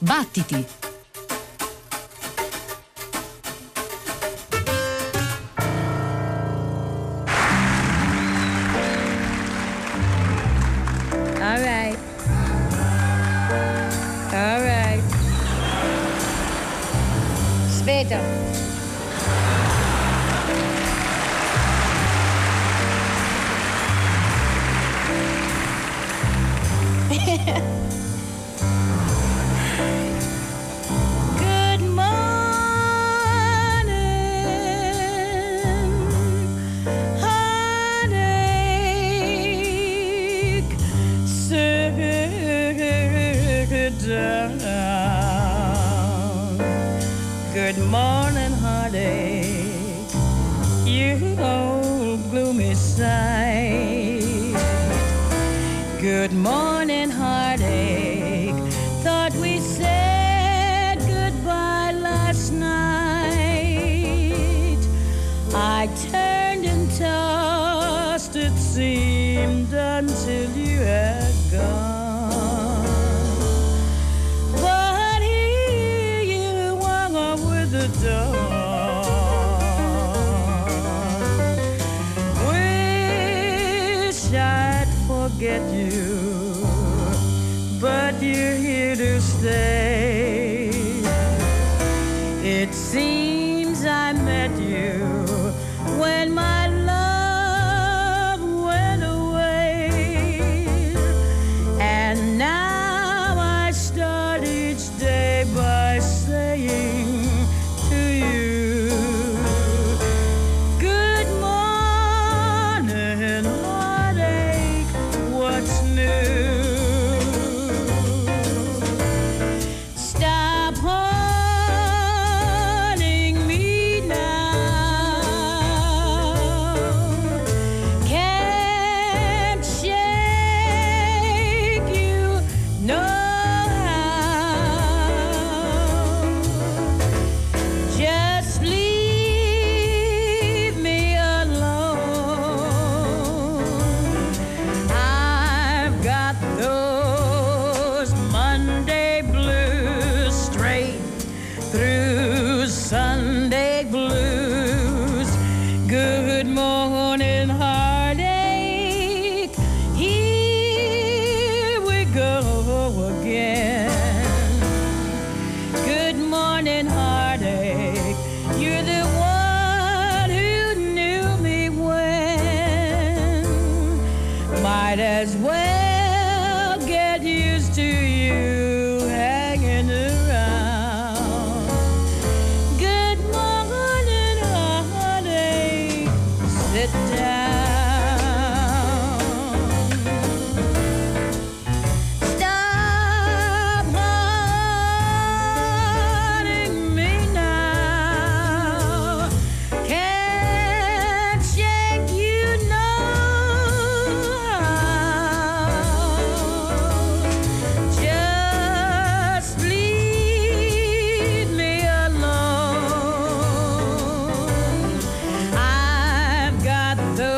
Battiti! All right. All right. Aspetta. Good morning, heartache, sit down. Good morning, heartache, you old gloomy sight. Good morning, heartache, thought we said goodbye last night. I turned and tossed, it seemed, until you had gone. But here you are with the dawn. Wish I'd forget you, but you're here to stay. It seems I met you when my love went away, and now I start each day by saying to you, good morning, heartache, what's new? Stop haunting me now. Can't shake you no how. Just leave me alone. I've got those Monday blues straight through Sunday blues. Good morning, heartache. Here we go again. Good morning, heartache. You're the one who knew me when. Might as well get used to you hanging around. Good morning, heartache. Sit down. Stop haunting me now. Can't shake you no how. Just leave me alone. I've got those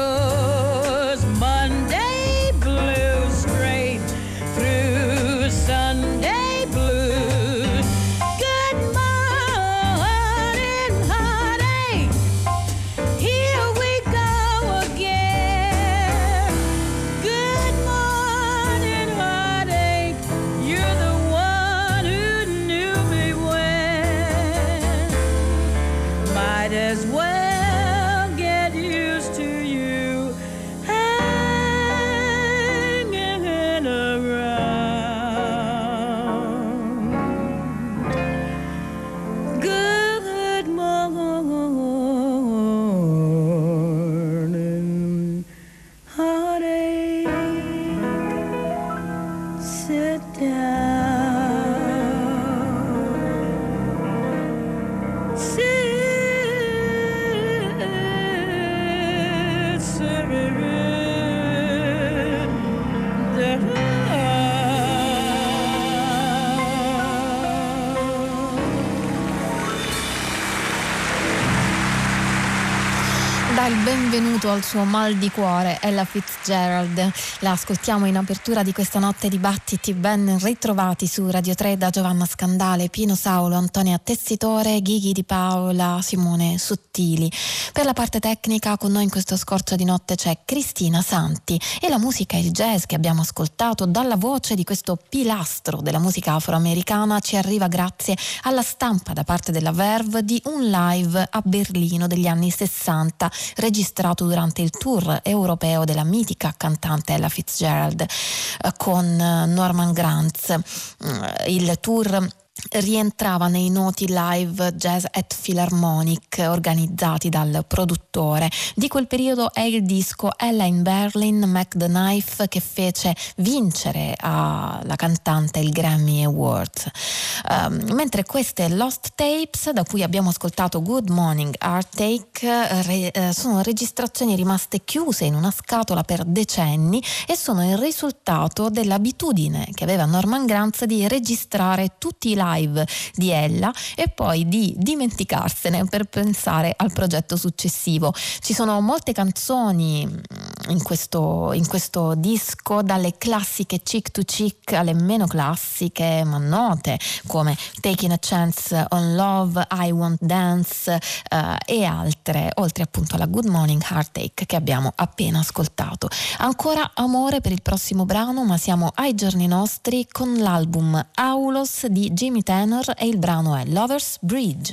il benvenuto al suo mal di cuore, Ella Fitzgerald. La ascoltiamo in apertura di questa notte di battiti, ben ritrovati su Radio 3 da Giovanna Scandale, Pino Saulo, Antonia Tessitore, Ghighi Di Paola, Simone Sottili. Per la parte tecnica con noi in questo scorcio di notte c'è Cristina Santi e la musica e il jazz che abbiamo ascoltato dalla voce di questo pilastro della musica afroamericana ci arriva grazie alla stampa da parte della Verve di un live a Berlino degli anni 60 registrato durante il tour europeo della mitica cantante Ella Fitzgerald con Norman Granz. Il tour rientrava nei noti live Jazz at Philharmonic organizzati dal produttore. Di quel periodo è il disco Ella in Berlin, Mac the Knife che fece vincere alla cantante il Grammy Award. Mentre queste Lost Tapes, da cui abbiamo ascoltato Good Morning Heartache, sono registrazioni rimaste chiuse in una scatola per decenni e sono il risultato dell'abitudine che aveva Norman Granz di registrare tutti i live di Ella e poi di dimenticarsene per pensare al progetto successivo. Ci sono molte canzoni in questo disco, dalle classiche chick to chick alle meno classiche ma note come Taking a Chance on Love, I Won't Dance e altre, oltre appunto alla Good Morning Heartache che abbiamo appena ascoltato. Ancora amore per il prossimo brano, ma siamo ai giorni nostri con l'album Aulos di Jimmy Tenor e il brano è Lover's Bridge.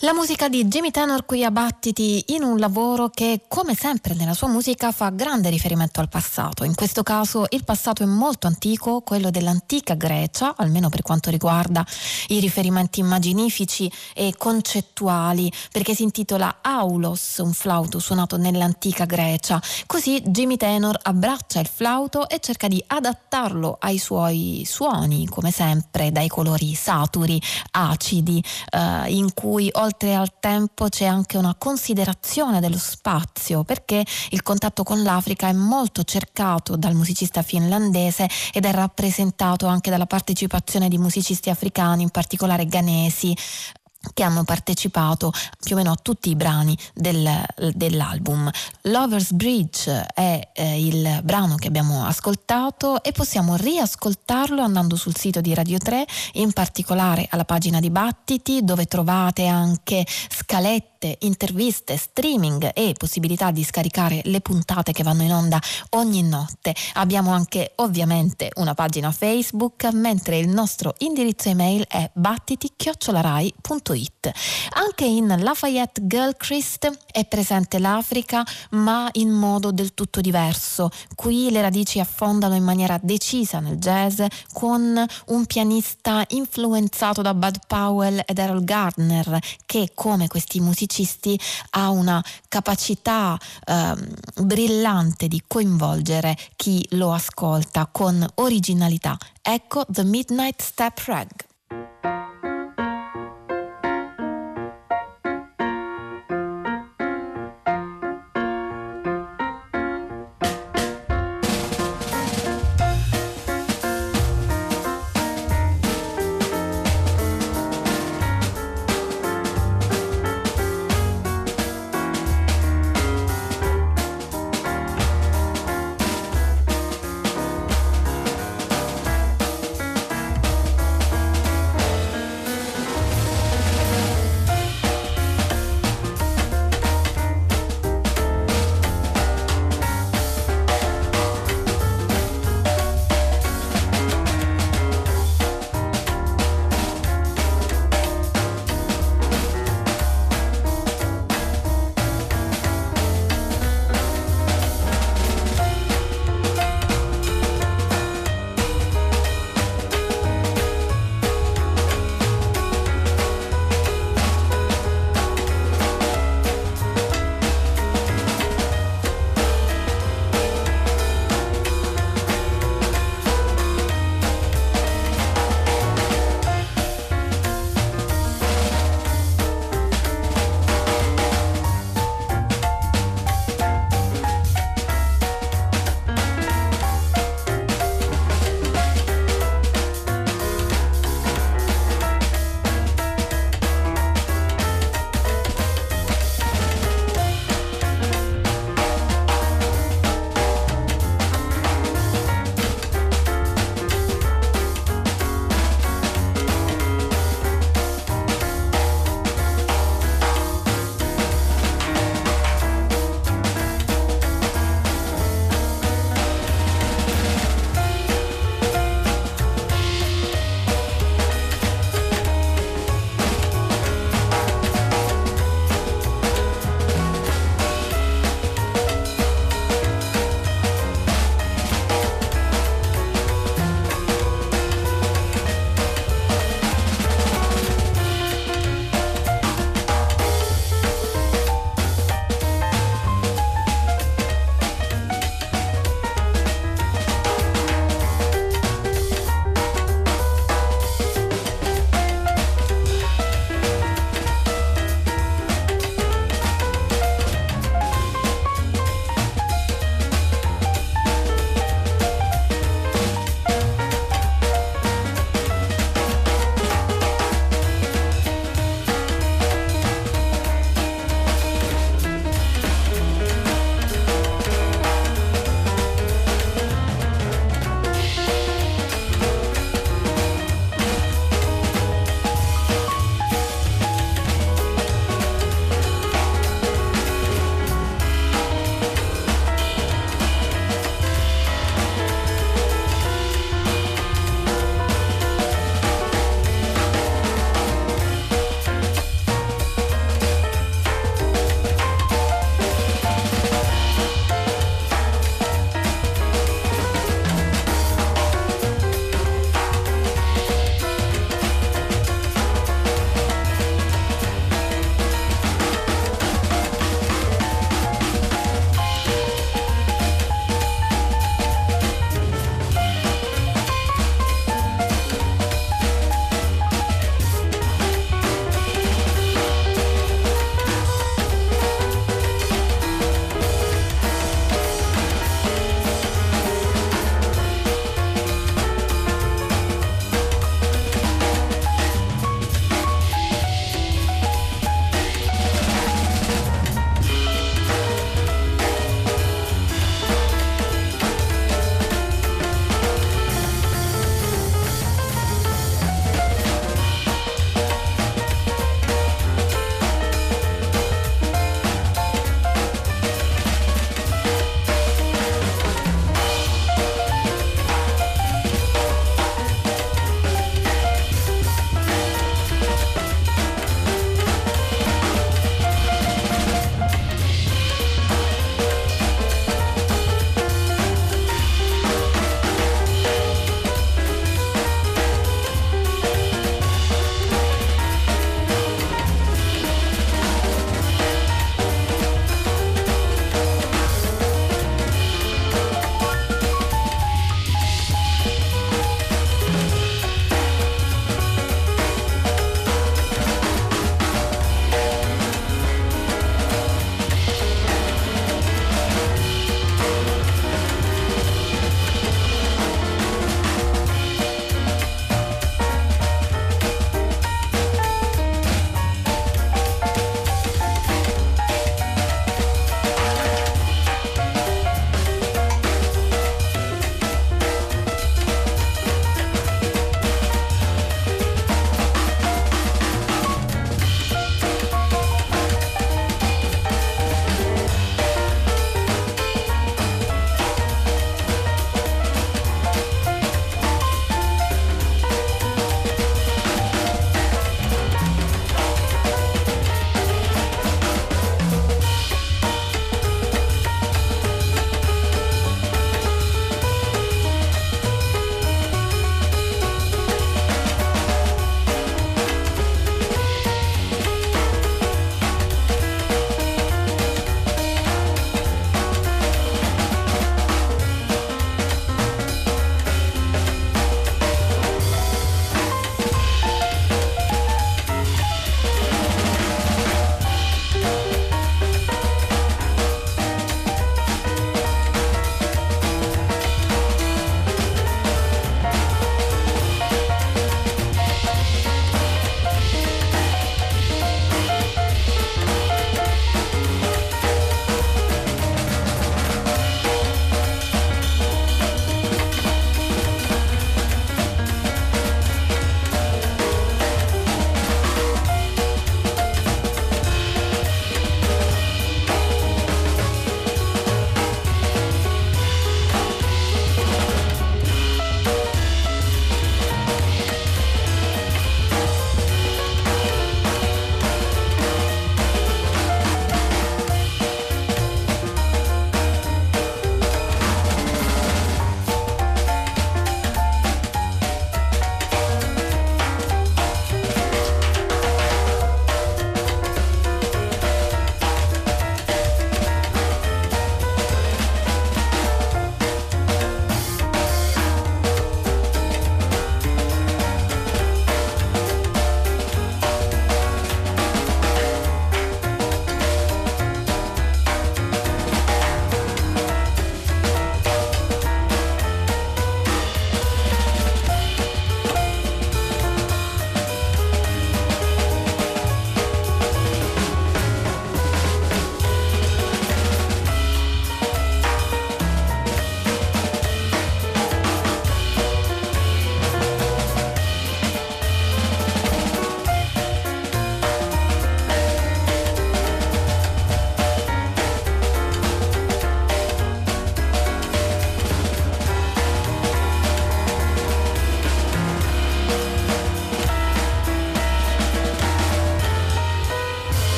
La musica di Jimmy Tenor qui a Battiti, in un lavoro che, come sempre nella sua musica, fa grande riferimento al passato. In questo caso il passato è molto antico, quello dell'antica Grecia, almeno per quanto riguarda i riferimenti immaginifici e concettuali, perché si intitola Aulos, un flauto suonato nell'antica Grecia. Così Jimmy Tenor abbraccia il flauto e cerca di adattarlo ai suoi suoni, come sempre, dai colori saturi, acidi, in cui oltre al tempo c'è anche una considerazione dello spazio, perché il contatto con l'Africa è molto cercato dal musicista finlandese ed è rappresentato anche dalla partecipazione di musicisti africani, in particolare ghanesi, che hanno partecipato più o meno a tutti i brani dell'album. Lover's Bridge è il brano che abbiamo ascoltato e possiamo riascoltarlo andando sul sito di Radio 3, in particolare alla pagina Dibattiti, dove trovate anche scalette, interviste, streaming e possibilità di scaricare le puntate che vanno in onda ogni notte. Abbiamo anche ovviamente una pagina Facebook, mentre il nostro indirizzo email è battiti@rai.it. Anche in Lafayette Gilchrist è presente l'Africa, ma in modo del tutto diverso. Qui le radici affondano in maniera decisa nel jazz, con un pianista influenzato da Bud Powell ed Errol Gardner, che come questi musicisti ha una capacità brillante di coinvolgere chi lo ascolta con originalità. Ecco The Midnight Step Rag.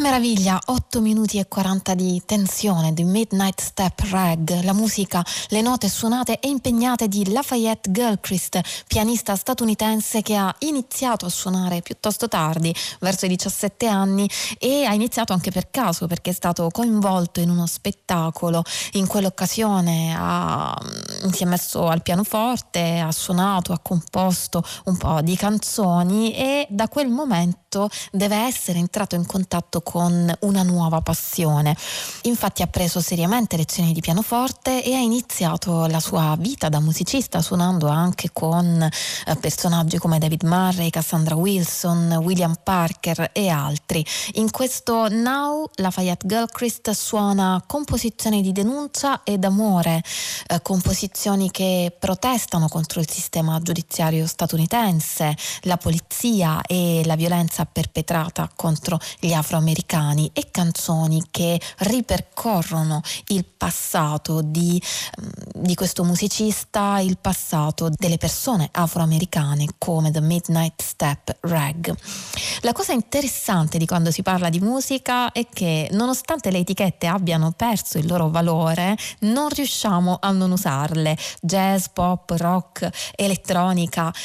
meraviglia, 8 minuti e 40 di tensione di Midnight Step Rag, la musica, le note suonate e impegnate di Lafayette Gilchrist, pianista statunitense che ha iniziato a suonare piuttosto tardi, verso i 17 anni, e ha iniziato anche per caso perché è stato coinvolto in uno spettacolo. In quell'occasione si è messo al pianoforte, ha suonato, ha composto un po' di canzoni e da quel momento deve essere entrato in contatto con una nuova passione. Infatti ha preso seriamente lezioni di pianoforte e ha iniziato la sua vita da musicista suonando anche con personaggi come David Murray, Cassandra Wilson, William Parker e altri. In questo Now Lafayette Gilchrist suona composizioni di denuncia ed amore, composizioni che protestano contro il sistema giudiziario statunitense, la polizia e la violenza perpetrata contro gli afroamericani, e canzoni che ripercorrono il passato di questo musicista, il passato delle persone afroamericane come The Midnight Step Rag. La cosa interessante di quando si parla di musica è che nonostante le etichette abbiano perso il loro valore, non riusciamo a non usarle. Jazz, pop, rock, elettronica.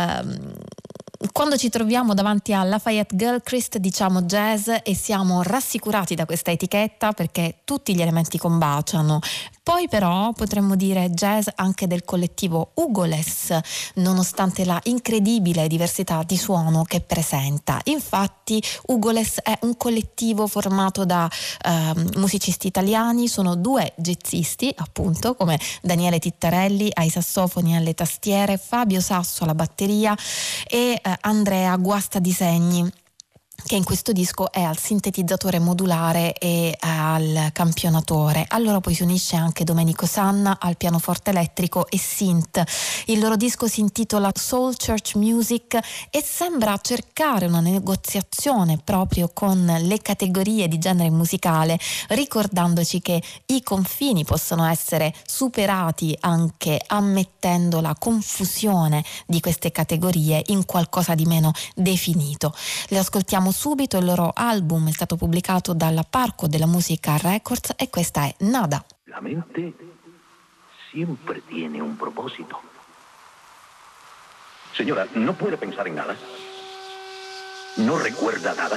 Quando ci troviamo davanti a Lafayette Gilchrist diciamo jazz e siamo rassicurati da questa etichetta perché tutti gli elementi combaciano. Poi però potremmo dire jazz anche del collettivo Hugoless, nonostante la incredibile diversità di suono che presenta. Infatti Hugoless è un collettivo formato da musicisti italiani, sono 2 jazzisti appunto come Daniele Tittarelli ai sassofoni e alle tastiere, Fabio Sasso alla batteria e Andrea Guastadisegni, che in questo disco è al sintetizzatore modulare e al campionatore. Allora poi si unisce anche Domenico Sanna al pianoforte elettrico e synth. Il loro disco si intitola Soul Church Music e sembra cercare una negoziazione proprio con le categorie di genere musicale, ricordandoci che i confini possono essere superati anche ammettendo la confusione di queste categorie in qualcosa di meno definito. Le ascoltiamo subito, il loro album è stato pubblicato dalla Parco della Musica Records e questa è Nada. La mente siempre tiene un propósito. Señora, ¿no puede pensar en nada? ¿No recuerda nada?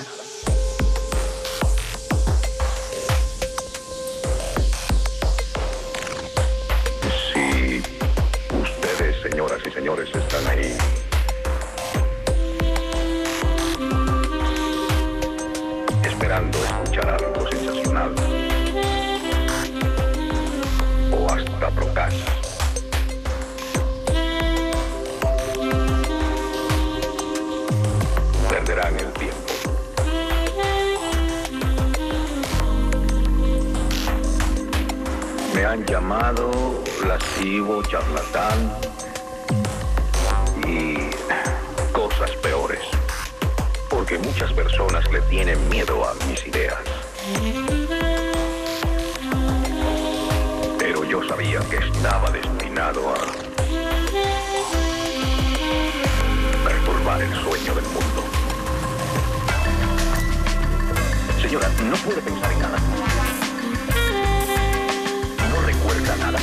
Si ustedes, señoras y señores, están ahí esperando escuchar algo sensacional o hasta procas, perderán el tiempo. Me han llamado lascivo, charlatán y cosas peores, porque muchas personas le tienen miedo a mis ideas. Pero yo sabía que estaba destinado a perturbar el sueño del mundo. Señora, ¿no puede pensar en nada? ¿No recuerda nada?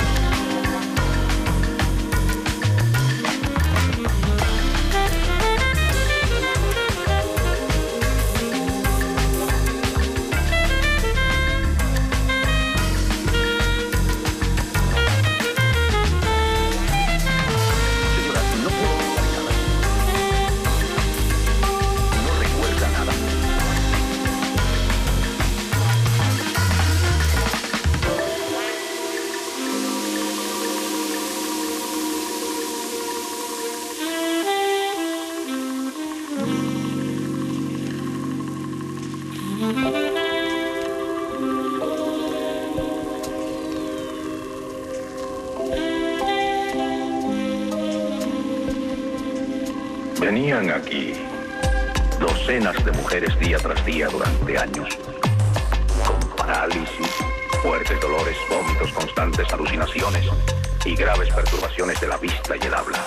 Venían aquí docenas de mujeres día tras día durante años, con parálisis, fuertes dolores, vómitos constantes, alucinaciones y graves perturbaciones de la vista y el habla.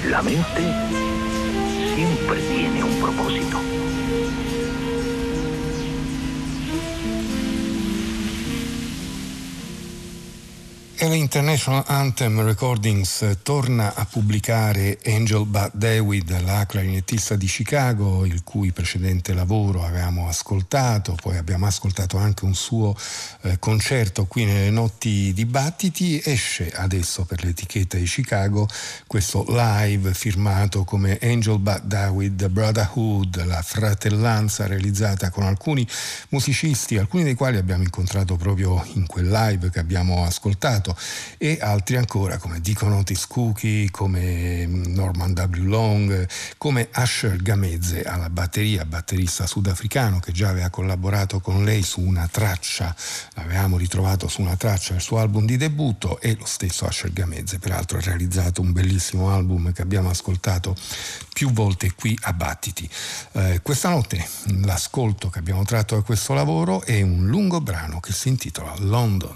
La mente siempre tiene un propósito. E l'International Anthem Recordings torna a pubblicare Angel Bat Dawid, la clarinettista di Chicago, il cui precedente lavoro avevamo ascoltato. Poi abbiamo ascoltato anche un suo concerto qui nelle Notti Dibattiti. Esce adesso per l'etichetta di Chicago questo live firmato come Angel Bat Dawid Brotherhood, la fratellanza realizzata con alcuni musicisti, alcuni dei quali abbiamo incontrato proprio in quel live che abbiamo ascoltato, e altri ancora come Deacon Otis Cookie, come Norman W. Long, come Asher Gameze alla batteria, batterista sudafricano che già aveva collaborato con lei su una traccia, l'avevamo ritrovato su una traccia del suo album di debutto, e lo stesso Asher Gameze peraltro ha realizzato un bellissimo album che abbiamo ascoltato più volte qui a Battiti. Questa notte l'ascolto che abbiamo tratto da questo lavoro è un lungo brano che si intitola London.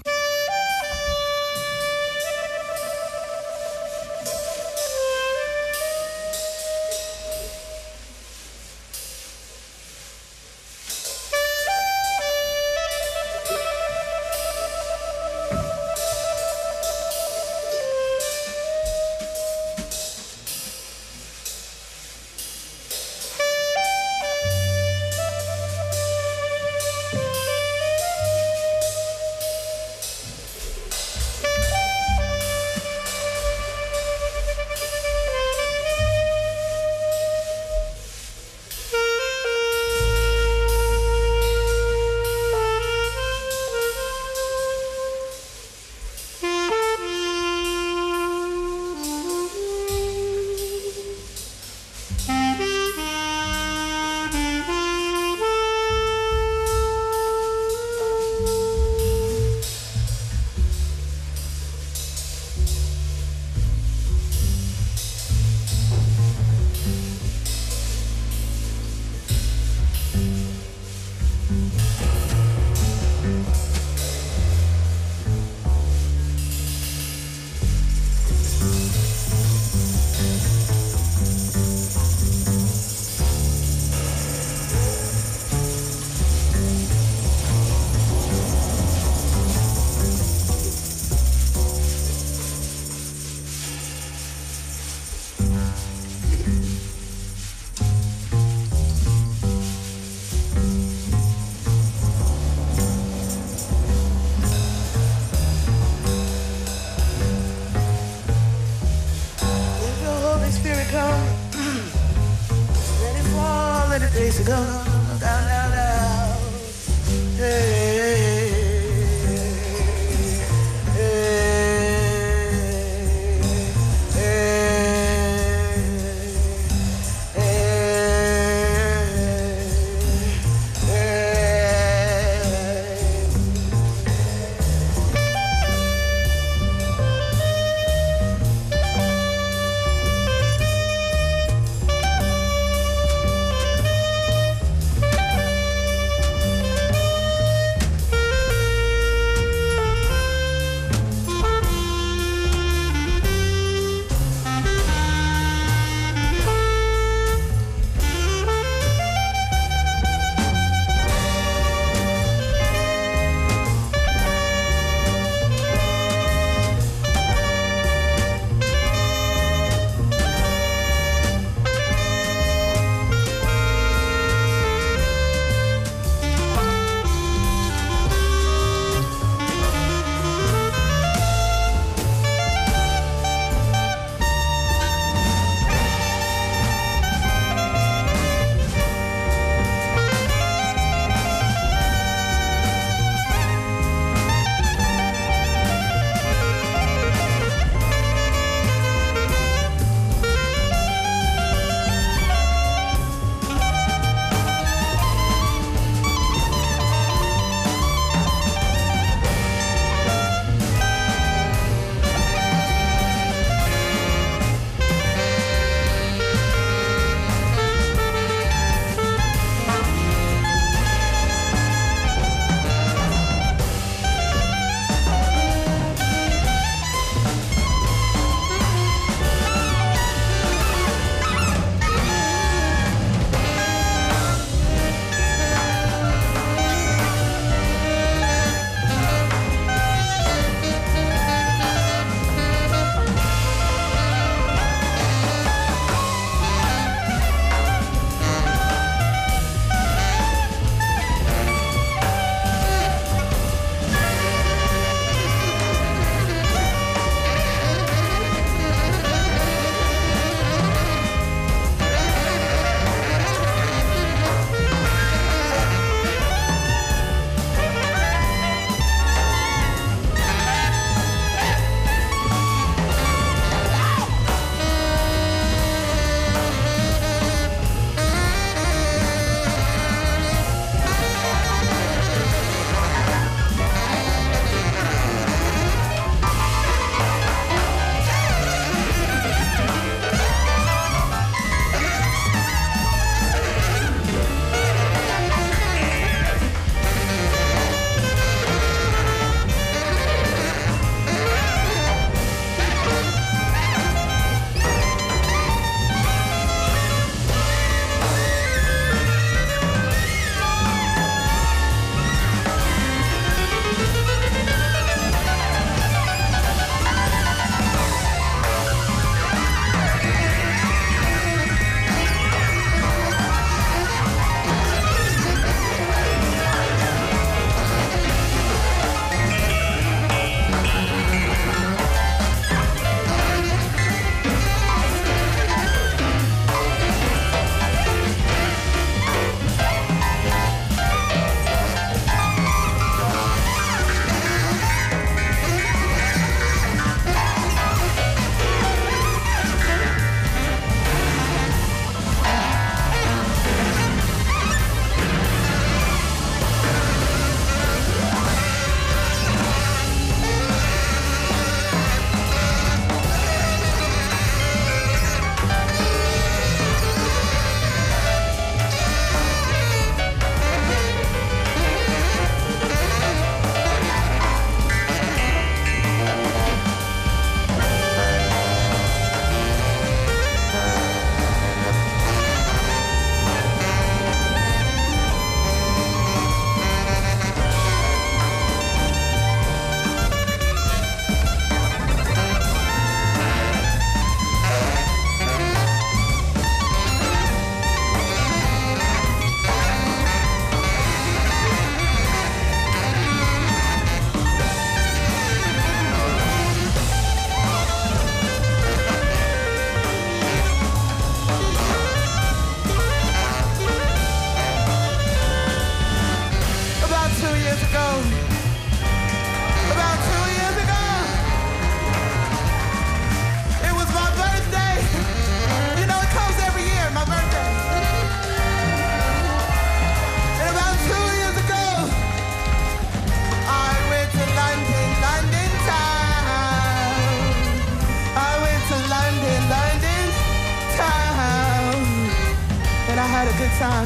good time.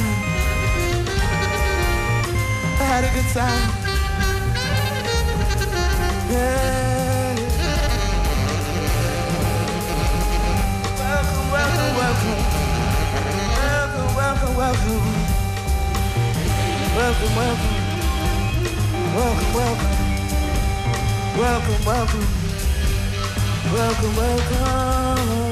I had a good time. Yeah. Welcome, welcome, welcome. Welcome, welcome, welcome. Welcome, welcome. Welcome, welcome. Welcome, welcome. Welcome, welcome.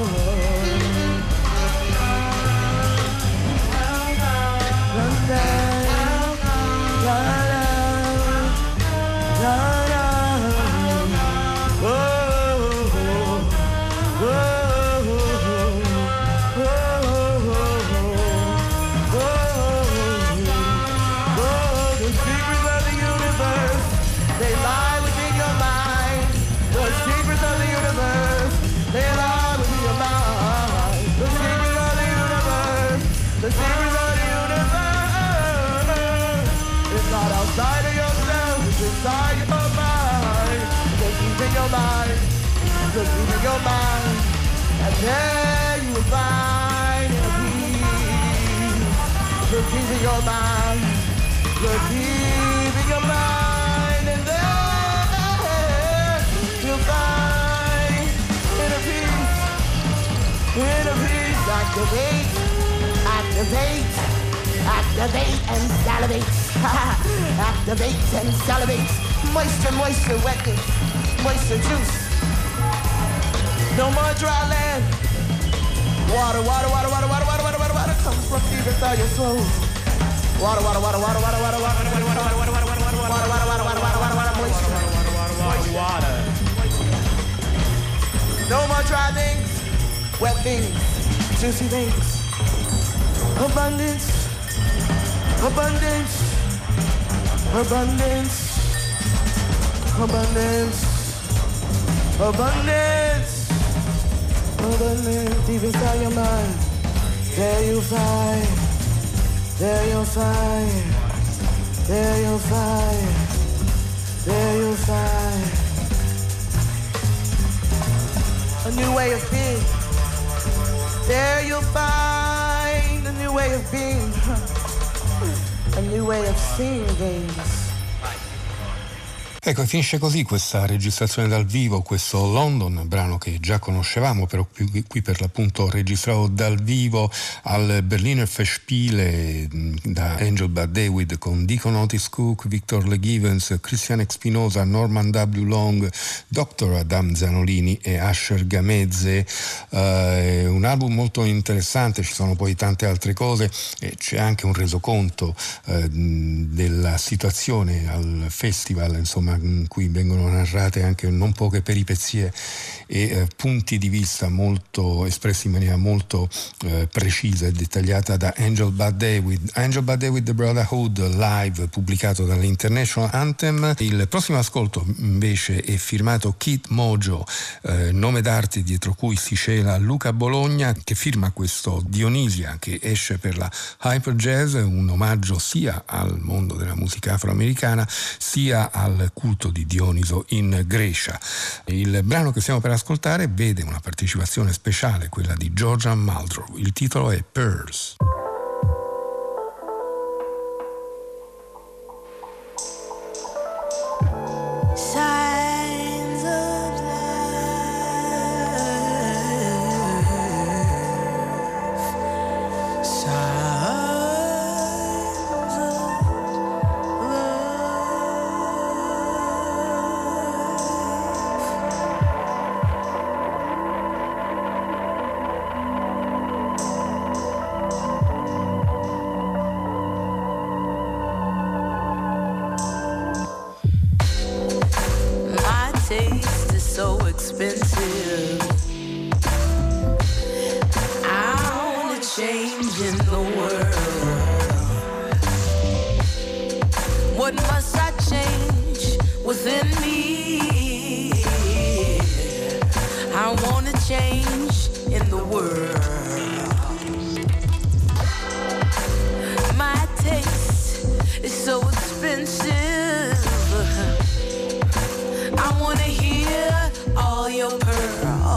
Outside of yourself, it's inside your mind. Just keep in your mind, just keep in your mind. And there you will find inner peace. Just keep in your mind, just keep in your mind. And there you'll find inner peace. Inner peace, activate, activate. Activate and salivate. Activate and salivate. Moisture, moisture, wetness. Moisture, juice. No more dry land. Water, water, water, water, water, water, water, water, water comes from deep inside your soul. Water, water, water, water, water, water, water, water, water, water, water, water, water, water, water, water, water, water, moisture. Water. No more dry things. Wet things. Juicy things. Abundance. Abundance, abundance, abundance, abundance, abundance, deep inside your mind. There you'll find, there you'll find, there you'll find, there you'll find a new way of being. There you'll find a new way of being. A new way of seeing things. Ecco, finisce così questa registrazione dal vivo, questo London, brano che già conoscevamo, però qui per l'appunto registrato dal vivo al Berliner Festspiele da Angel Bad Dawid con Deacon Otis Cook, Victor Le Givens, Christian Espinosa, Norman W. Long, Dr. Adam Zanolini e Asher Gamezze. Un album molto interessante, ci sono poi tante altre cose e c'è anche un resoconto della situazione al festival, insomma, in cui vengono narrate anche non poche peripezie e punti di vista molto espressi in maniera molto precisa e dettagliata da Angel Bad Dawid. Angel Bad Dawid The Brotherhood live, pubblicato dall'International Anthem. Il prossimo ascolto invece è firmato Kid Mojo, nome d'arte dietro cui si cela Luca Bologna, che firma questo Dionisia che esce per la Hyper Jazz, un omaggio sia al mondo della musica afroamericana sia al culto di Dioniso in Grecia. Il brano che stiamo per ascoltare vede una partecipazione speciale, quella di Georgia Muldrow. Il titolo è Pearls.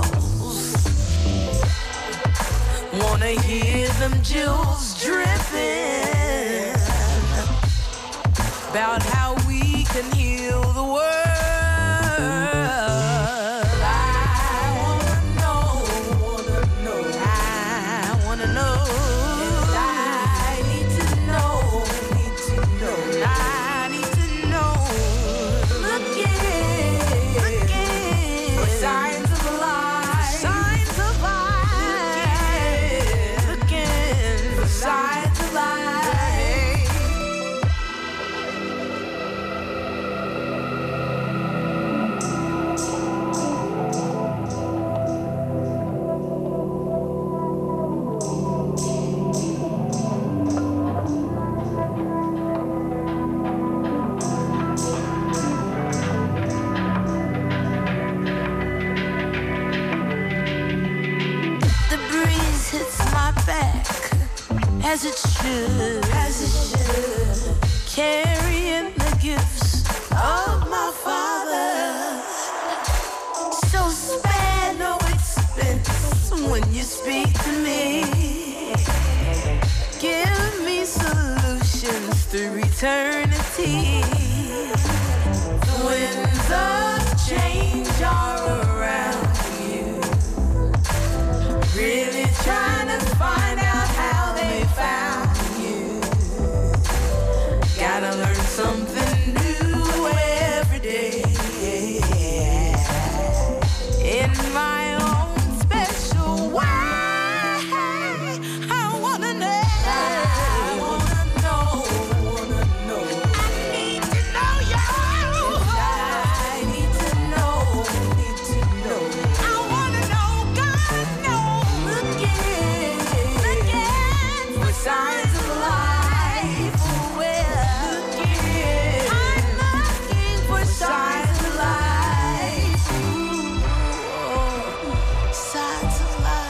Wanna hear them jewels dripping. about how we can heal the world. As it should, carrying the gifts of my father. So spare no expense when you speak to me. Give me solutions through eternity. The winds of change are around you. Really trying to find out how they found you. Gotta learn something new every day. In my own special way, I wanna know. I wanna know. I need to know you. I need to know. I wanna know, God knows. Looking for signs of life. Well, I'm looking for signs of life. Signs of life.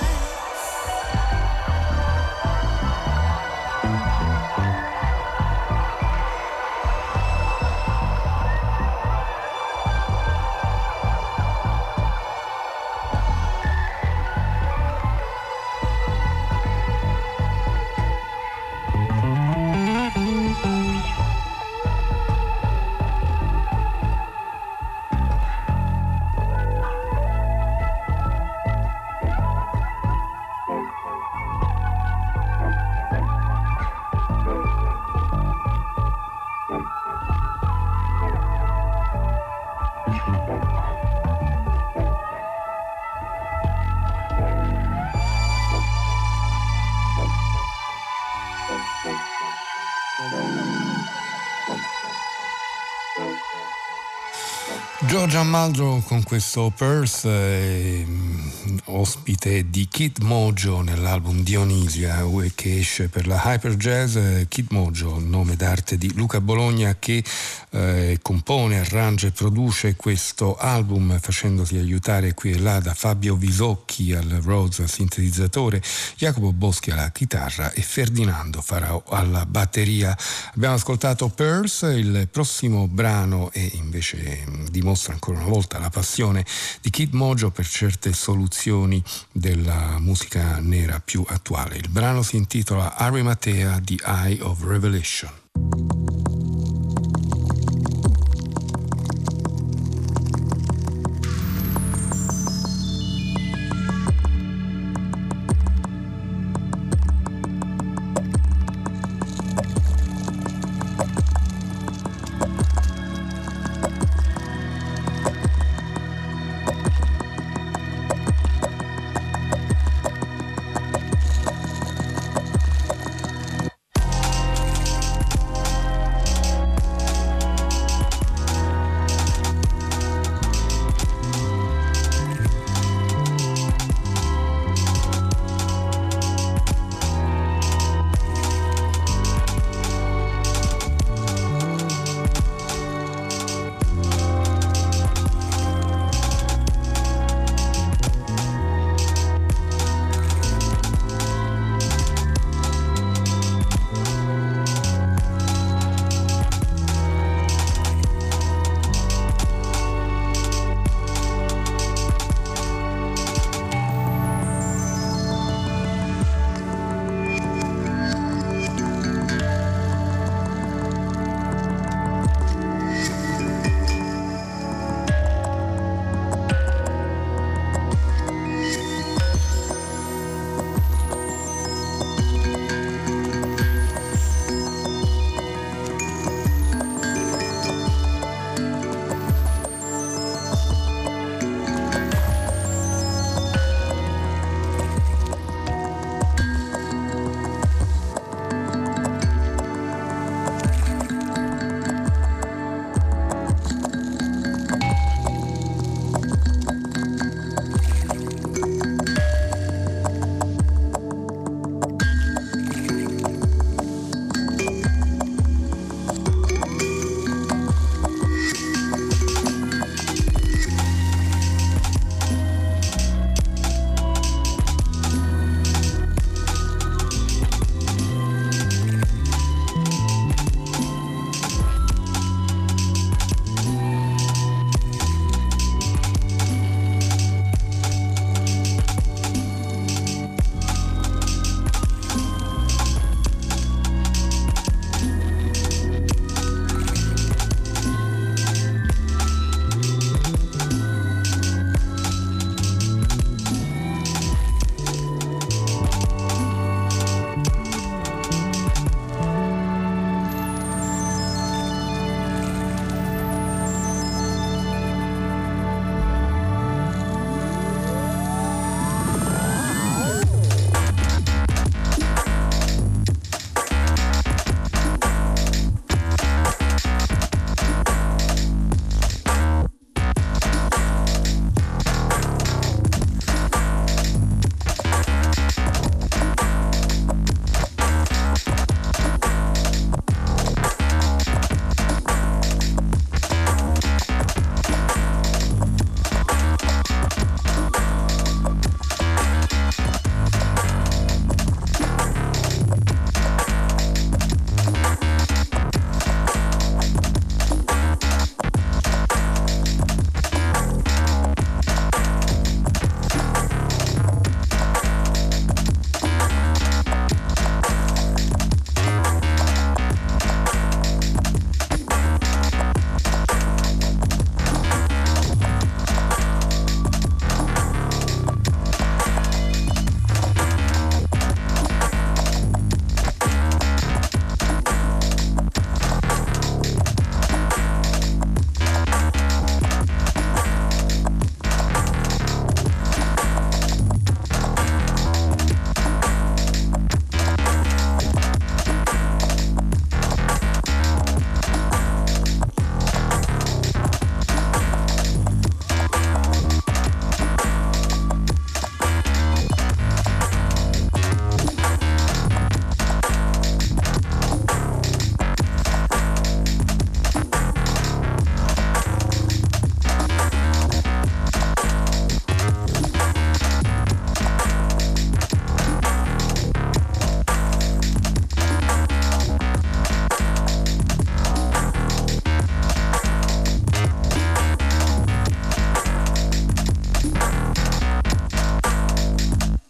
Georgia Muldrow con questo Purse, ospite di Kid Mojo nell'album Dionisia che esce per la Hyper Jazz. Kid Mojo, nome d'arte di Luca Bologna, che compone, arrangia e produce questo album facendosi aiutare qui e là da Fabio Visocchi al Rhodes sintetizzatore, Jacopo Boschi alla chitarra e Ferdinando Farao alla batteria. Abbiamo ascoltato Purse. Il prossimo brano è invece dimostra ancora una volta la passione di Kid Mojo per certe soluzioni della musica nera più attuale. Il brano si intitola Arimathea, The Eye of Revelation.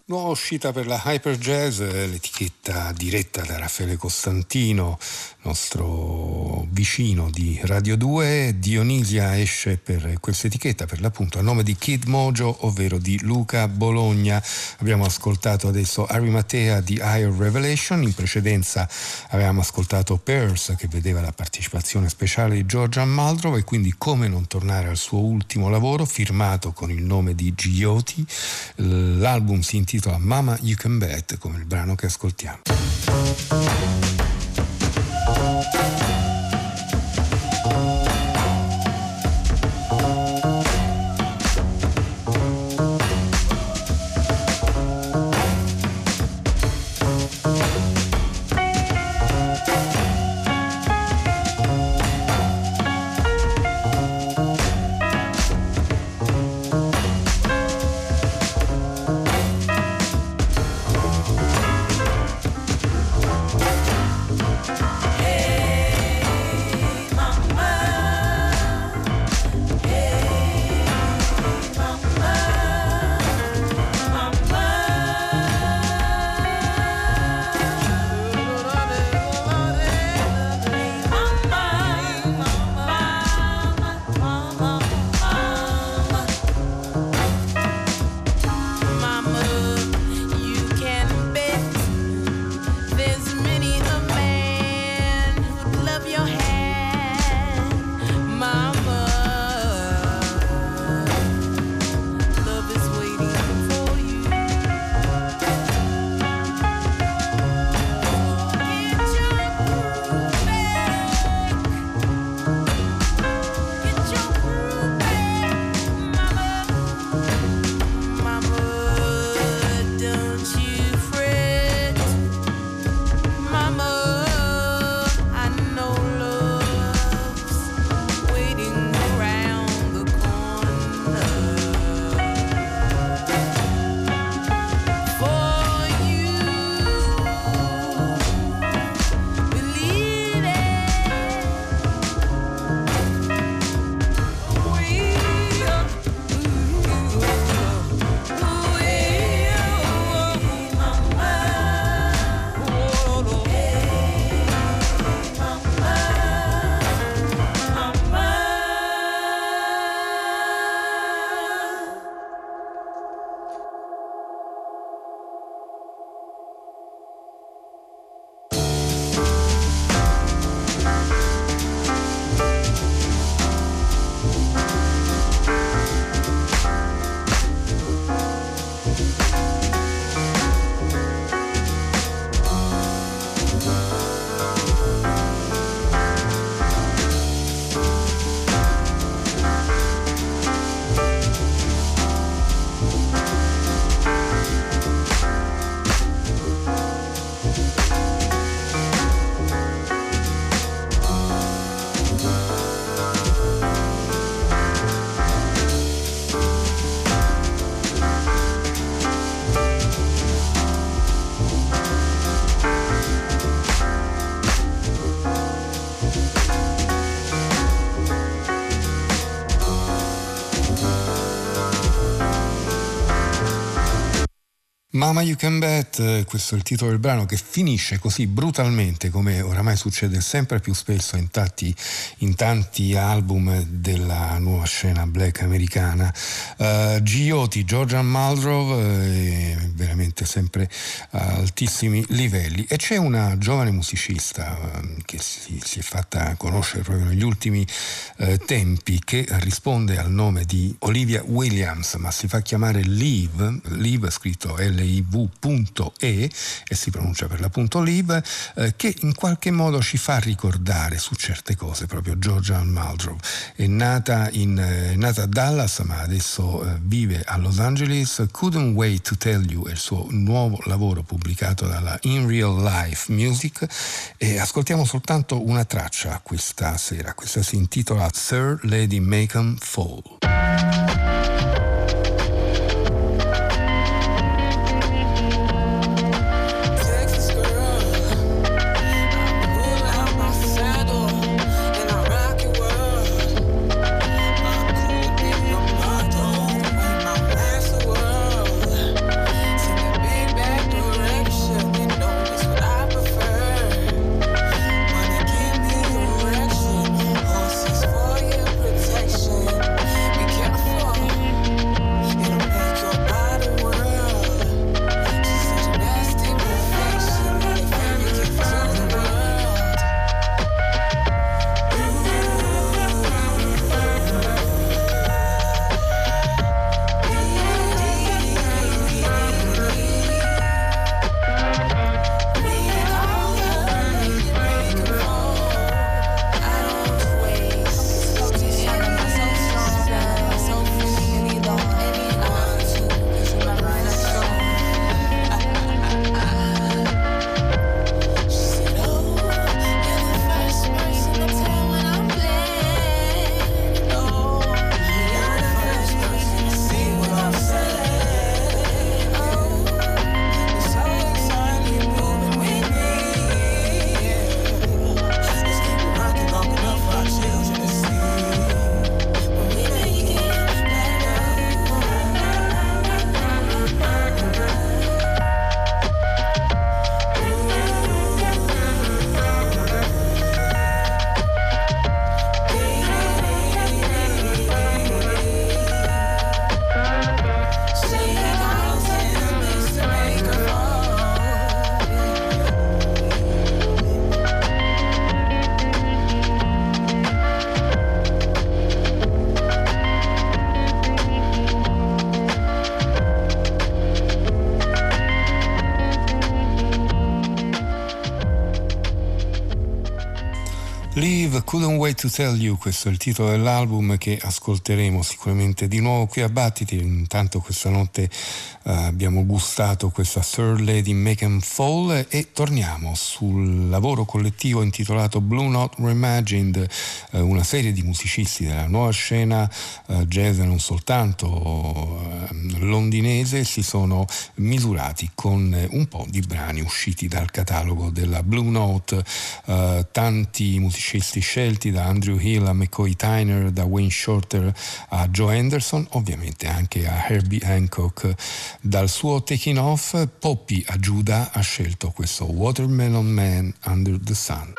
Nuova uscita per la Hyper Jazz, l'etichetta diretta da Raffaele Costantino, nostro vicino di Radio 2. Dionisia esce per questa etichetta, per l'appunto a nome di Kid Mojo, ovvero di Luca Bologna. Abbiamo ascoltato adesso Arimatea di Higher Revelation, in precedenza avevamo ascoltato Pearls, che vedeva la partecipazione speciale di Georgian Muldrow, e quindi come non tornare al suo ultimo lavoro firmato con il nome di Gioti. L'album si intitola Mama You Can Bet, come il brano che ascoltiamo. Mama You Can Bet, questo è il titolo del brano, che finisce così brutalmente, come oramai succede sempre più spesso in tanti album della nuova scena black americana. Gioti, Georgian Muldrow, veramente sempre a altissimi livelli. E c'è una giovane musicista che si è fatta conoscere proprio negli ultimi tempi, che risponde al nome di Olivia Williams, ma si fa chiamare Liv scritto Liv.e e si pronuncia per l'appunto Liv, che in qualche modo ci fa ricordare su certe cose proprio Georgian Muldrow. È nata a Dallas, ma adesso vive a Los Angeles. Couldn't Wait to Tell You è il suo nuovo lavoro pubblicato dalla In Real Life Music, e ascoltiamo soltanto una traccia questa sera. Questa si intitola Sir Lady Make 'Em Fall. Baby Live Couldn't Wait to Tell You, questo è il titolo dell'album che ascolteremo sicuramente di nuovo qui a Battiti. Intanto questa notte abbiamo gustato questa Third Lady Make 'Em Fall e torniamo sul lavoro collettivo intitolato Blue Note Reimagined, una serie di musicisti della nuova scena jazz non soltanto londinese si sono misurati con un po' di brani usciti dal catalogo della Blue Note, tanti musicisti scelti da Andrew Hill a McCoy Tyner, da Wayne Shorter a Joe Henderson, ovviamente anche a Herbie Hancock. Dal suo Taking Off, Poppy a Giuda ha scelto questo Watermelon Man Under the Sun.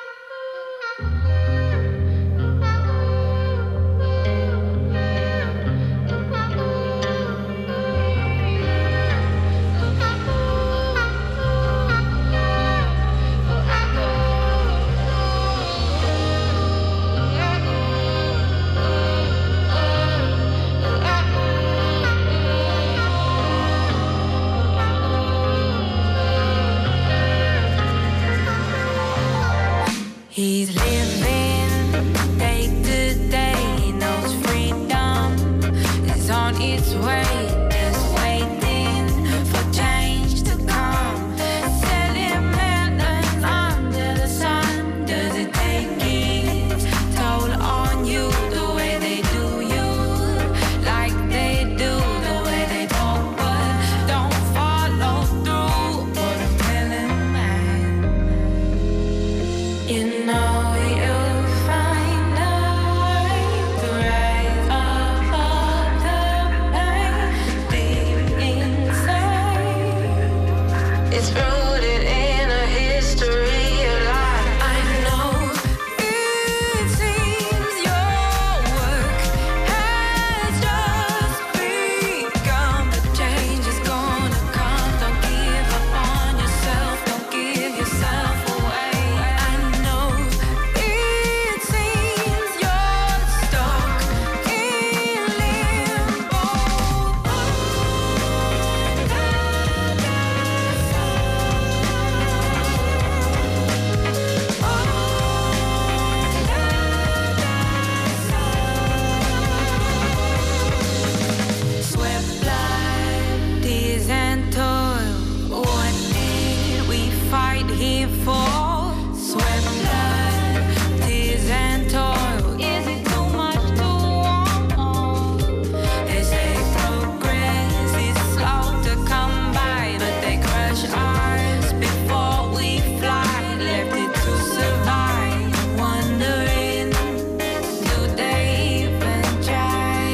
He's living day to day, he knows freedom is on its way, just waiting for change to come. Selling melons under the sun, does it take its toll on you the way they do you, like they do the way they talk but don't follow through? Watermelon man, you know. It's rooted in a history of life. I know it seems your work has just begun, but change is gonna come. Don't give up on yourself, don't give yourself away. I know it seems you're stuck in limbo. Swept like tears and toil, what did we fight here for? Swept like tears and toil, is it too much to want? They say progress is slow to come by, but they crush ours before we fly. Left it to survive, wondering, do they even try?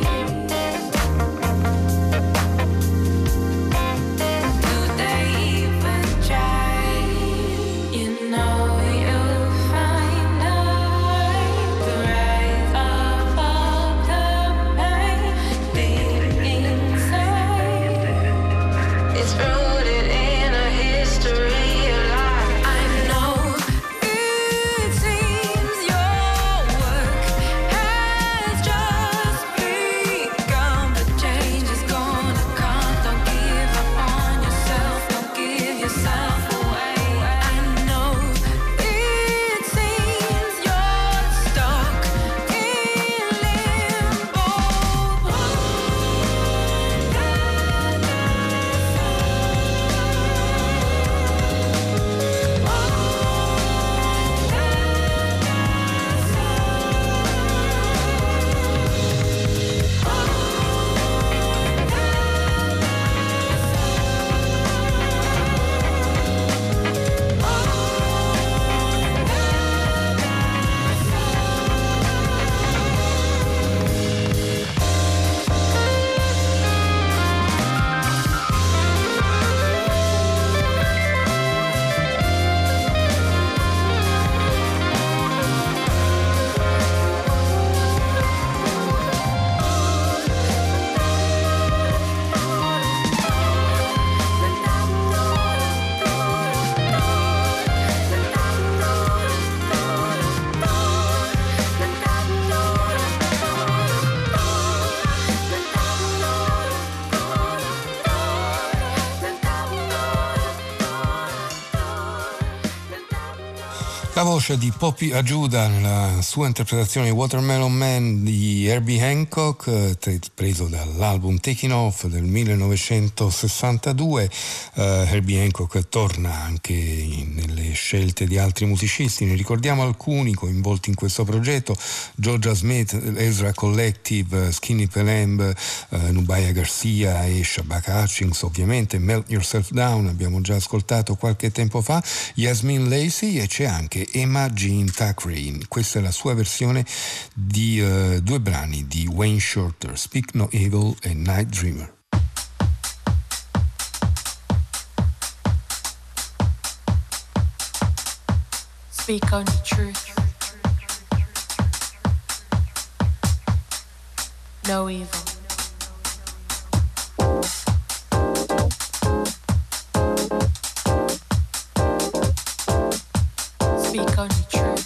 Do they even try? You know you'll find a way to rise above the pain deep inside. It's rooted in a history of life. I know it seems your work has just begun, but change is gonna come. Don't give up on yourself, don't give yourself away. I know it seems you're stuck in limbo. La voce di Poppy Ajuda nella sua interpretazione di Watermelon Man di Herbie Hancock, preso dall'album Taking Off del 1962. Herbie Hancock torna anche nelle scelte di altri musicisti, ne ricordiamo alcuni coinvolti in questo progetto: Georgia Smith, Ezra Collective, Skinny Pelemb, Nubia Garcia e Shabaka Hutchings, ovviamente Melt Yourself Down abbiamo già ascoltato qualche tempo fa, Yasmin Lacey, e c'è anche Emma Jean Thackeray. Questa è la sua versione di due brani di Wayne Shorter, Speak No Evil e Night Dreamer. Speak only truth, no evil. Speak only truth.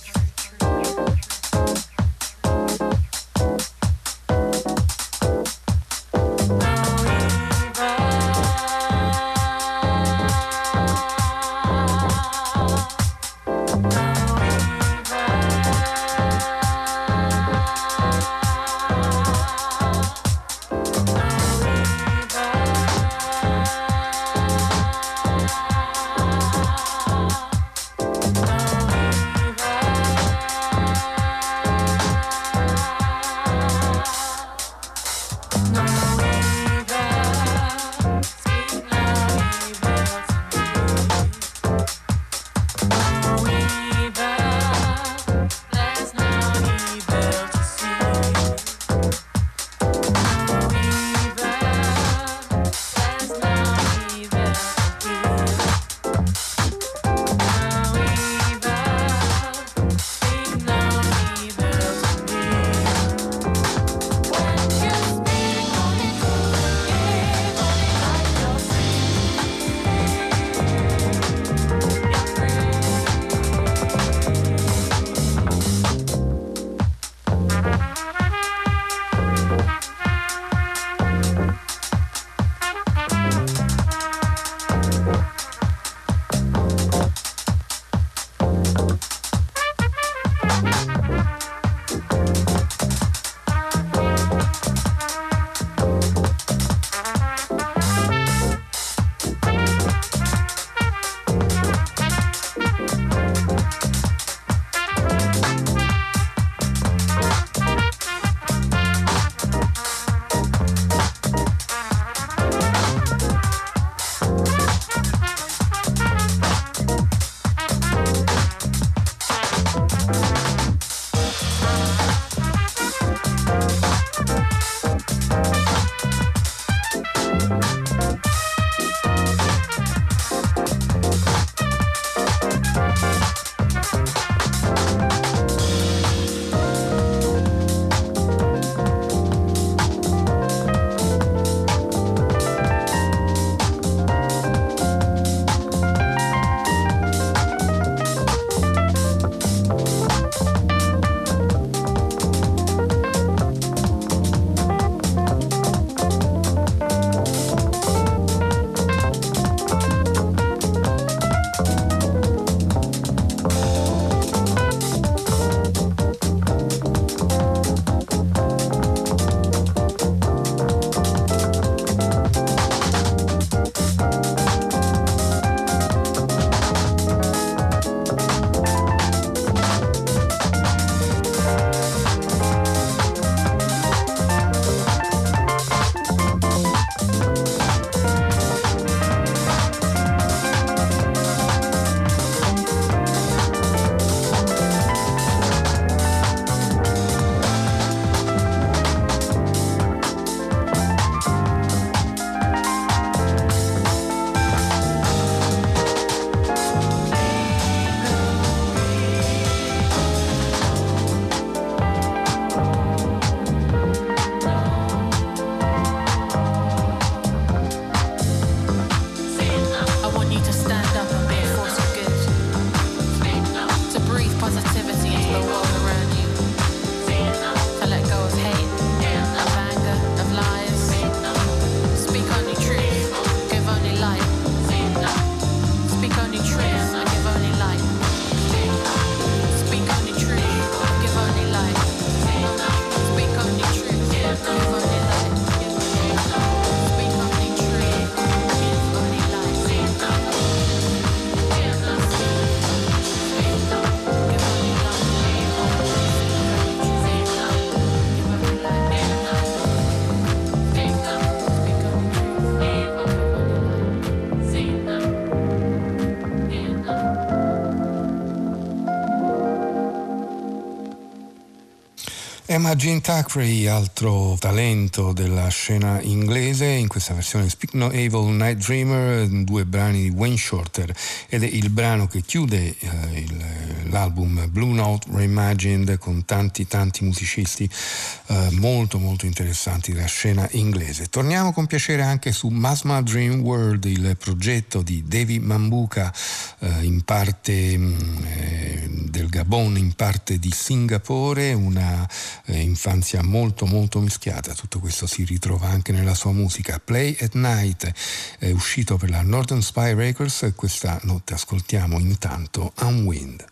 Emma Jean Thackeray, altro talento della scena inglese, in questa versione Speak No Evil, Night Dreamer, due brani di Wayne Shorter, ed è il brano che chiude l'album Blue Note Reimagined, con tanti musicisti molto interessanti della scena inglese. Torniamo con piacere anche su Masma Dream World, il progetto di David Mambuka, in parte del Gabon, in parte di Singapore, una infanzia molto mischiata. Tutto questo si ritrova anche nella sua musica. Play at Night è uscito per la Northern Spy Records e questa notte ascoltiamo intanto Unwind.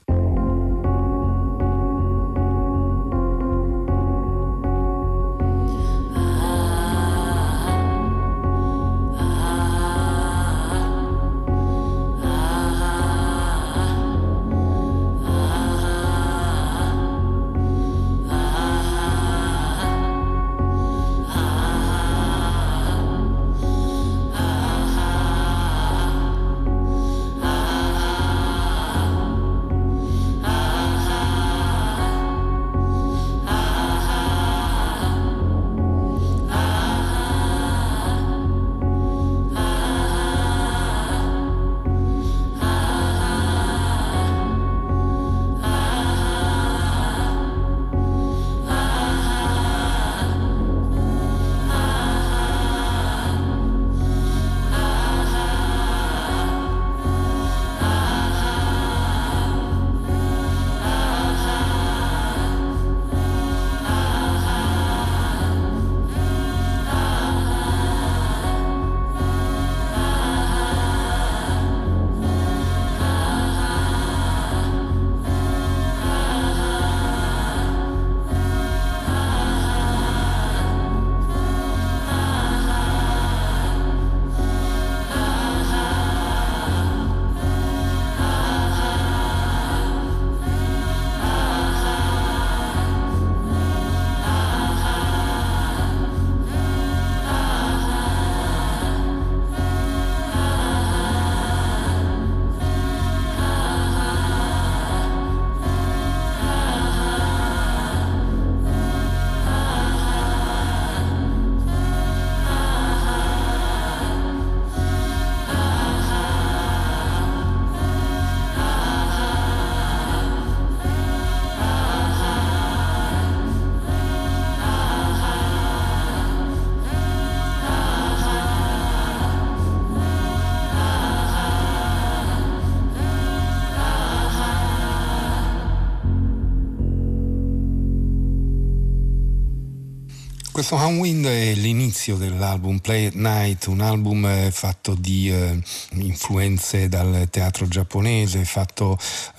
Questo Unwind è l'inizio dell'album Play at Night, un album fatto di influenze dal teatro giapponese, fatto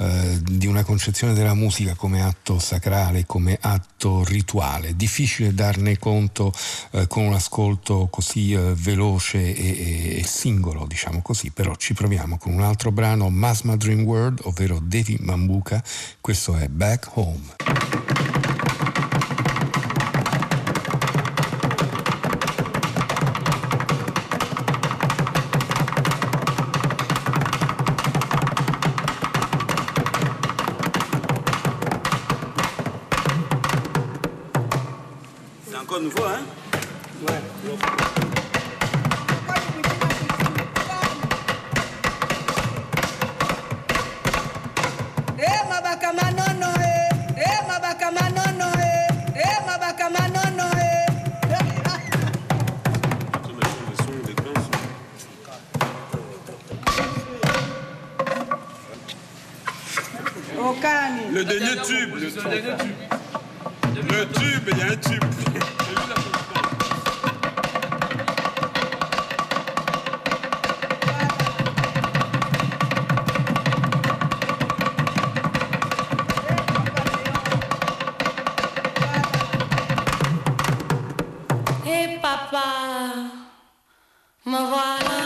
di una concezione della musica come atto sacrale, come atto rituale. Difficile darne conto con un ascolto così veloce e singolo, diciamo così, però ci proviamo con un altro brano, Masma Dream World, ovvero David Mambuka. Questo è Back Home. Nouveau, hein? Ouais. Mabaka manono, mabaka manono, mabaka manono, Le dernier tube. Le tube, il y a un tube. Me voilà.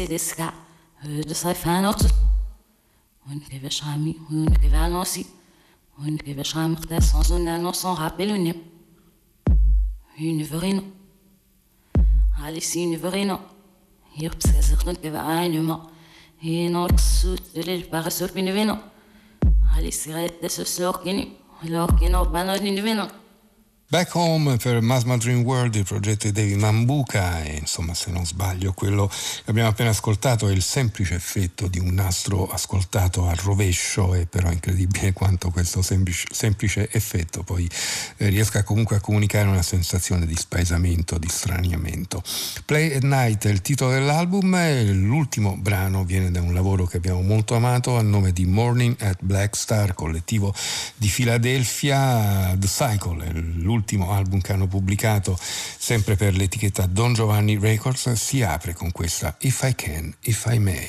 c'est des ska, de sa fin autre. Und wir beschreiben, und wir werden aussi, und wir beschreiben das sans un annonce sans rappel une. Une verino, alles une verino. Hier besäßigt und wir einmal. Hier noch zu, der bare sur in vino. Alles sirette so sorgini, l'occhio banal in vino. Back Home per Masma Dream World, il progetto di David Mambuka, e insomma, se non sbaglio, quello che abbiamo appena ascoltato è il semplice effetto di un nastro ascoltato al rovescio, e però è incredibile quanto questo semplice effetto poi riesca comunque a comunicare una sensazione di spaesamento, di straniamento. Play at Night è il titolo dell'album, e l'ultimo brano viene da un lavoro che abbiamo molto amato a nome di Morning at Black Star, collettivo di Filadelfia. The Cycle è l'ultimo album che hanno pubblicato sempre per l'etichetta Don Giovanni Records. Si apre con questa If I Can, If I May.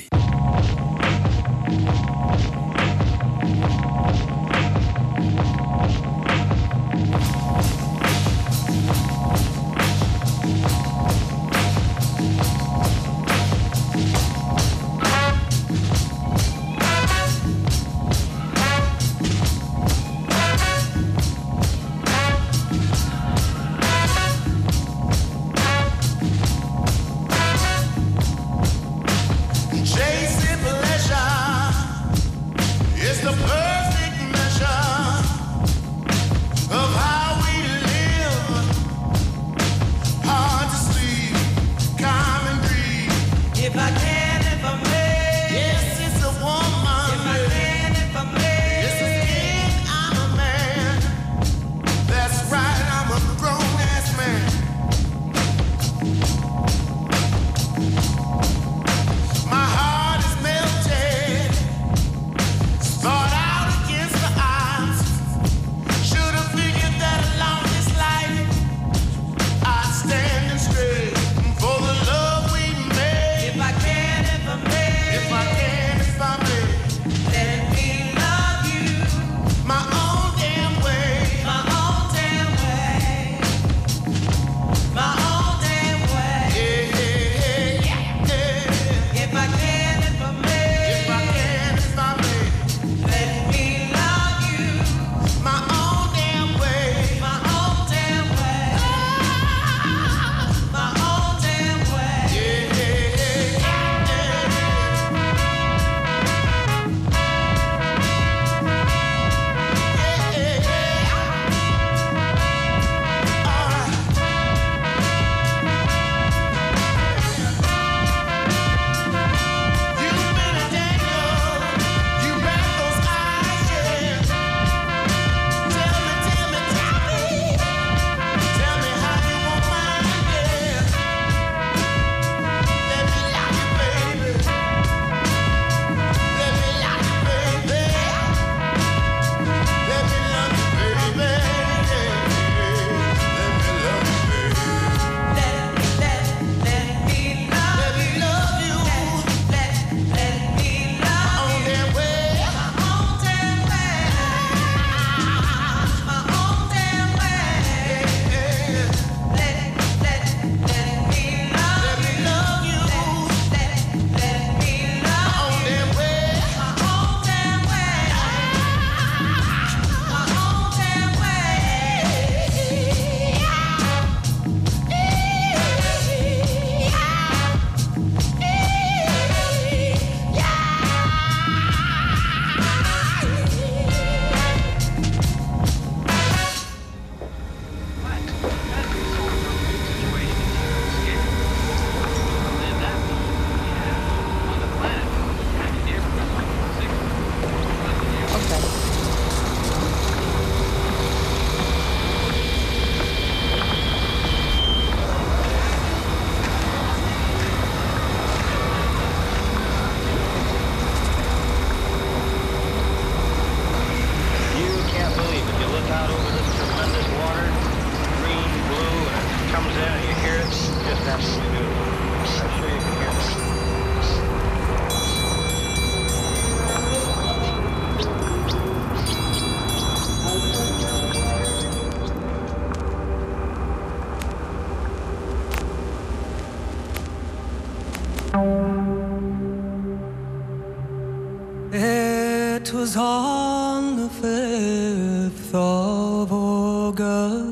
was on the 5th of August.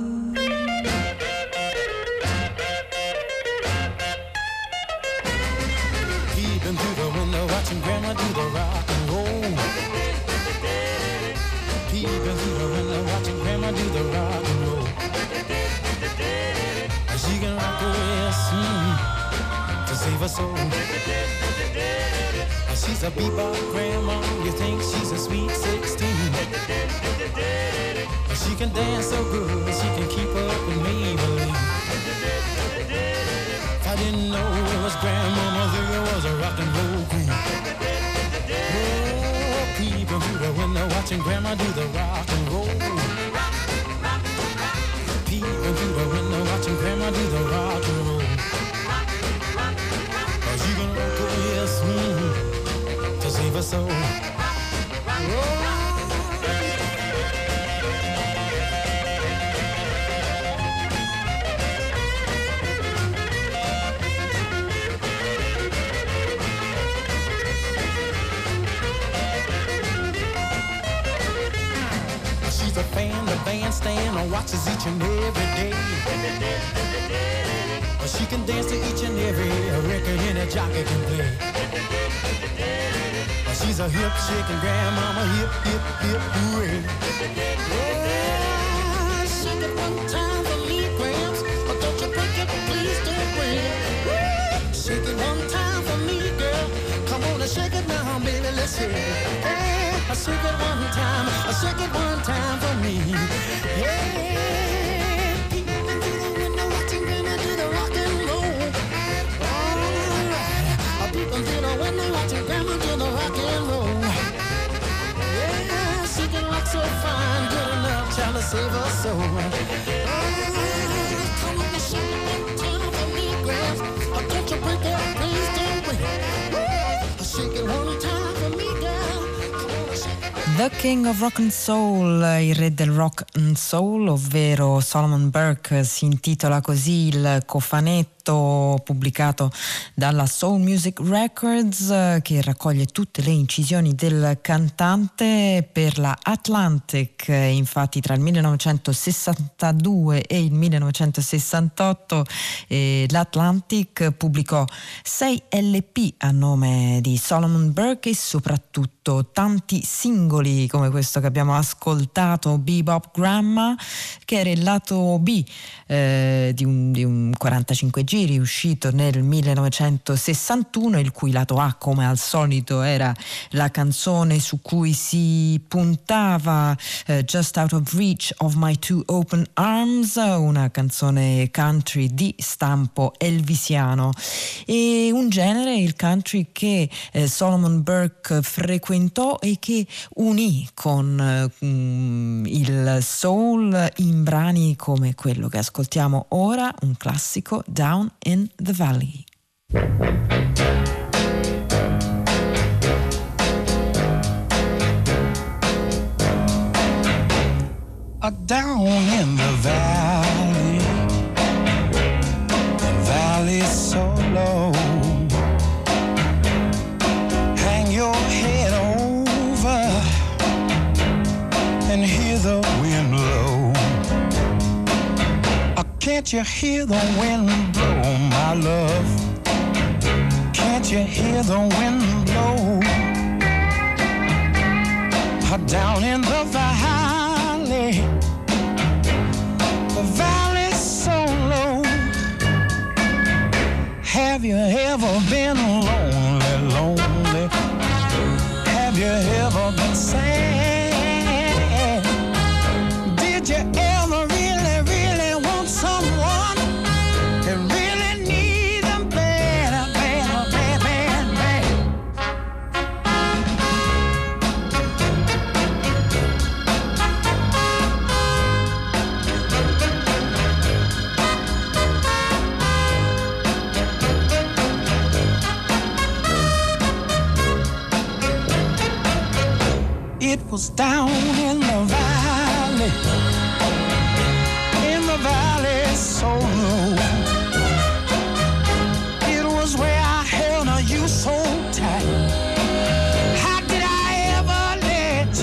Peeping through the window, watching Grandma do the rock and roll. Peeping through the window, watching Grandma do the rock and roll. She can rock the rest to save her soul. She's a bebop grandma, you think she's a sweet 16. She can dance so good, she can keep up with Maybelline. If I didn't know it was Grandmama, there was a rock and roll queen. Oh, peeping through the window, watching Grandma do the rock and roll. Peeping through the window, watching Grandma do the rock and roll. She can rock away smooth to save her soul. She's a fan, the bandstand, and watches each and every day. She can dance to each and every record any jockey can play. She's a hip shaking grandmama, hip, hip, hip, hooray. Yeah, shake it one time for me, Gramps. But don't you break it, please don't break it. Shake it one time for me, girl. Come on and shake it now, baby, let's hear it. Yeah, shake it one time, shake it one time for me. Yeah. People do the when they watching Grandma do the rock and roll. Yeah, she can rock so fine, good enough, trying to save her soul. Come on and shake it one time for me, Gramps. Oh, don't you break it, please don't break it. Shake it one time for me, girl. Come on and shake it. The King of Rock and Soul, il re del rock and soul, ovvero Solomon Burke, si intitola così il cofanetto pubblicato dalla Soul Music Records, che raccoglie tutte le incisioni del cantante per la Atlantic. Infatti tra il 1962 e il 1968 l'Atlantic pubblicò 6 LP a nome di Solomon Burke e soprattutto tanti singoli come questo che abbiamo ascoltato, Bebop Grandma, che era il lato B di un 45 giri uscito nel 1961, il cui lato A, come al solito, era la canzone su cui si puntava, Just Out of Reach of My Two Open Arms, una canzone country di stampo elvisiano, e un genere, il country, che Solomon Burke frequentò e che unì con il soul in brani come quello che ascoltiamo ora, un classico, Down in the Valley. Down in the valley so low. Hang your head over and hear the wind blow. Can't you hear the wind blow, my love? Can't you hear the wind blow? Down in the valley's so low. Have you ever been lonely, lonely? Have you ever been sad? Did you ever really want someone and really need them bad, bad, bad, bad, bad? It was down in the valley so low. It was where I held you so tight. How did I ever let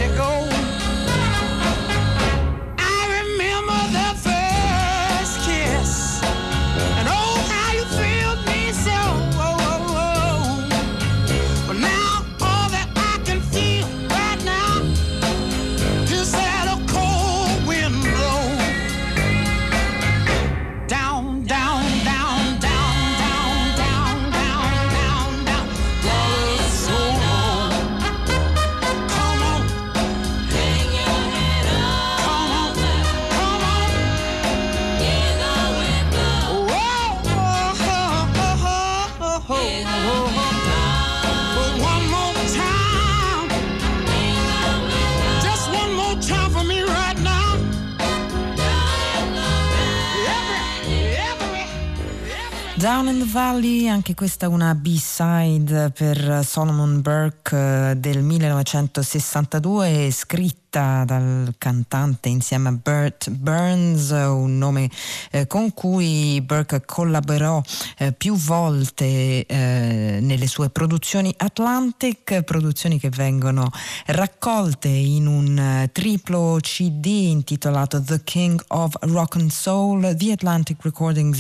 Down in the Valley, anche questa una B-side per Solomon Burke del 1962, scritta dal cantante insieme a Bert Burns, un nome con cui Burke collaborò più volte nelle sue produzioni Atlantic, produzioni che vengono raccolte in un triplo CD intitolato The King of Rock and Soul, The Atlantic Recordings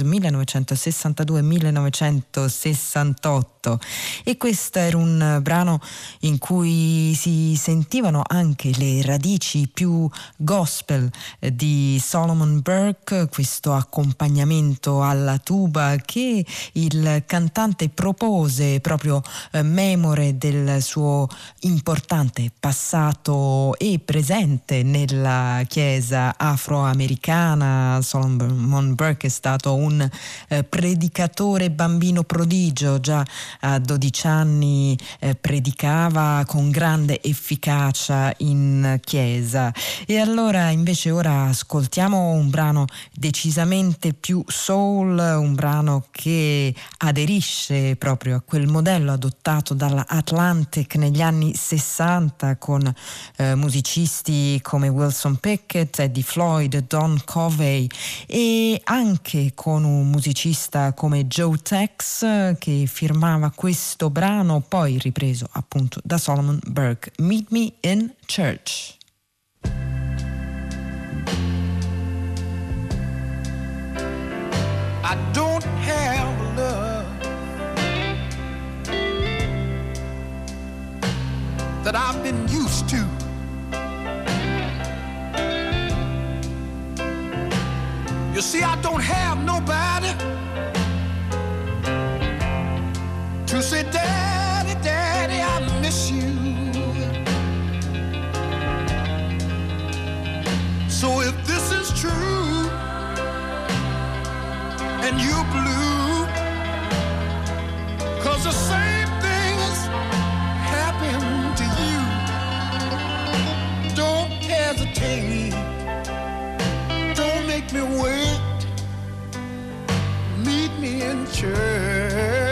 1962-1968, e questo era un brano in cui si sentivano anche le radici più gospel di Solomon Burke, questo accompagnamento alla tuba che il cantante propose proprio memore del suo importante passato e presente nella chiesa afroamericana. Solomon Burke è stato un predicatore bambino prodigio, già a 12 anni predicava con grande efficacia in chiesa. E allora invece ora ascoltiamo un brano decisamente più soul, un brano che aderisce proprio a quel modello adottato dalla Atlantic negli anni 60 con musicisti come Wilson Pickett, Eddie Floyd, Don Covey, e anche con un musicista come Joe Tex che firmava questo brano, poi ripreso appunto da Solomon Burke, Meet Me in Church. I don't have love that I've been used to. You see, I don't have nobody to say, Daddy, Daddy, I miss you. So if this is true and you're blue, 'cause the same things happen to you, don't hesitate, don't make me wait, meet me in church.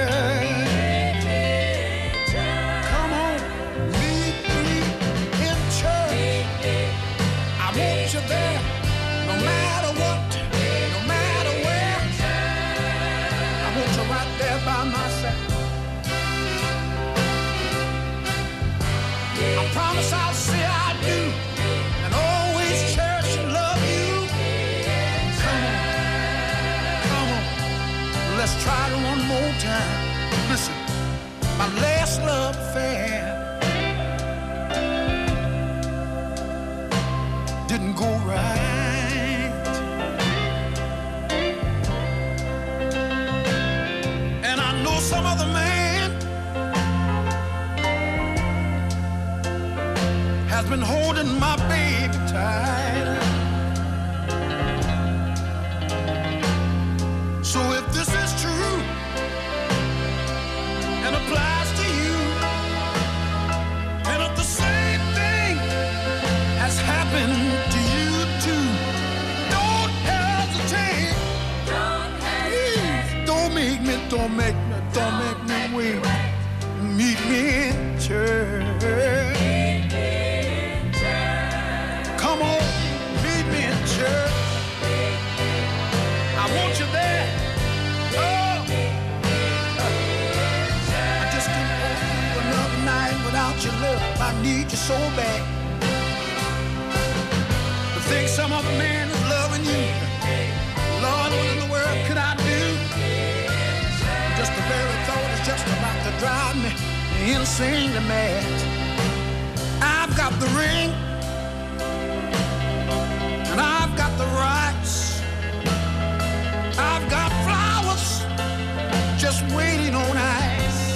Come on, meet me in church. I want you there, no matter what, no matter where. I want you right there by my side. I promise I'll say I do, and always cherish and love you. Come on, let's try it one more time. Listen, my last love affair didn't go right, and I know some other man has been holding my baby tight. So if this is true and applies to you, and if the same thing has happened to you too, don't hesitate. Please, don't make me wait. Meet me in church. Come on, meet me in church. I want you there. Oh, I just can't go through another night without your love. I need you so bad. To think some other man is loving you, Lord, what in the world could I do? Just the very thought is just about to drive me insanely mad. I've got the ring, and I've got the rights. I've got flowers just waiting on ice.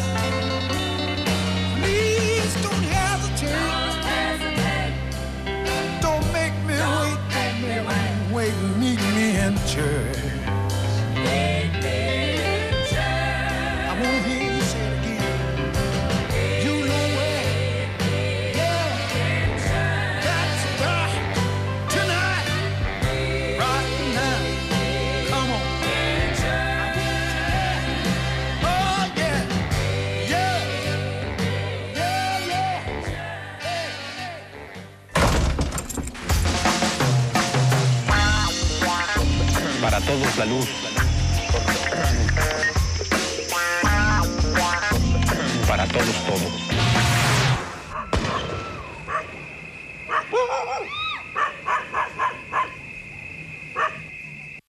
Please don't hesitate. Don't make me wait, meet me in church. I won't hear you say it again. You know where? Yeah, that's right. Tonight, right now. Come on. Para todos la luz. Para todos todo.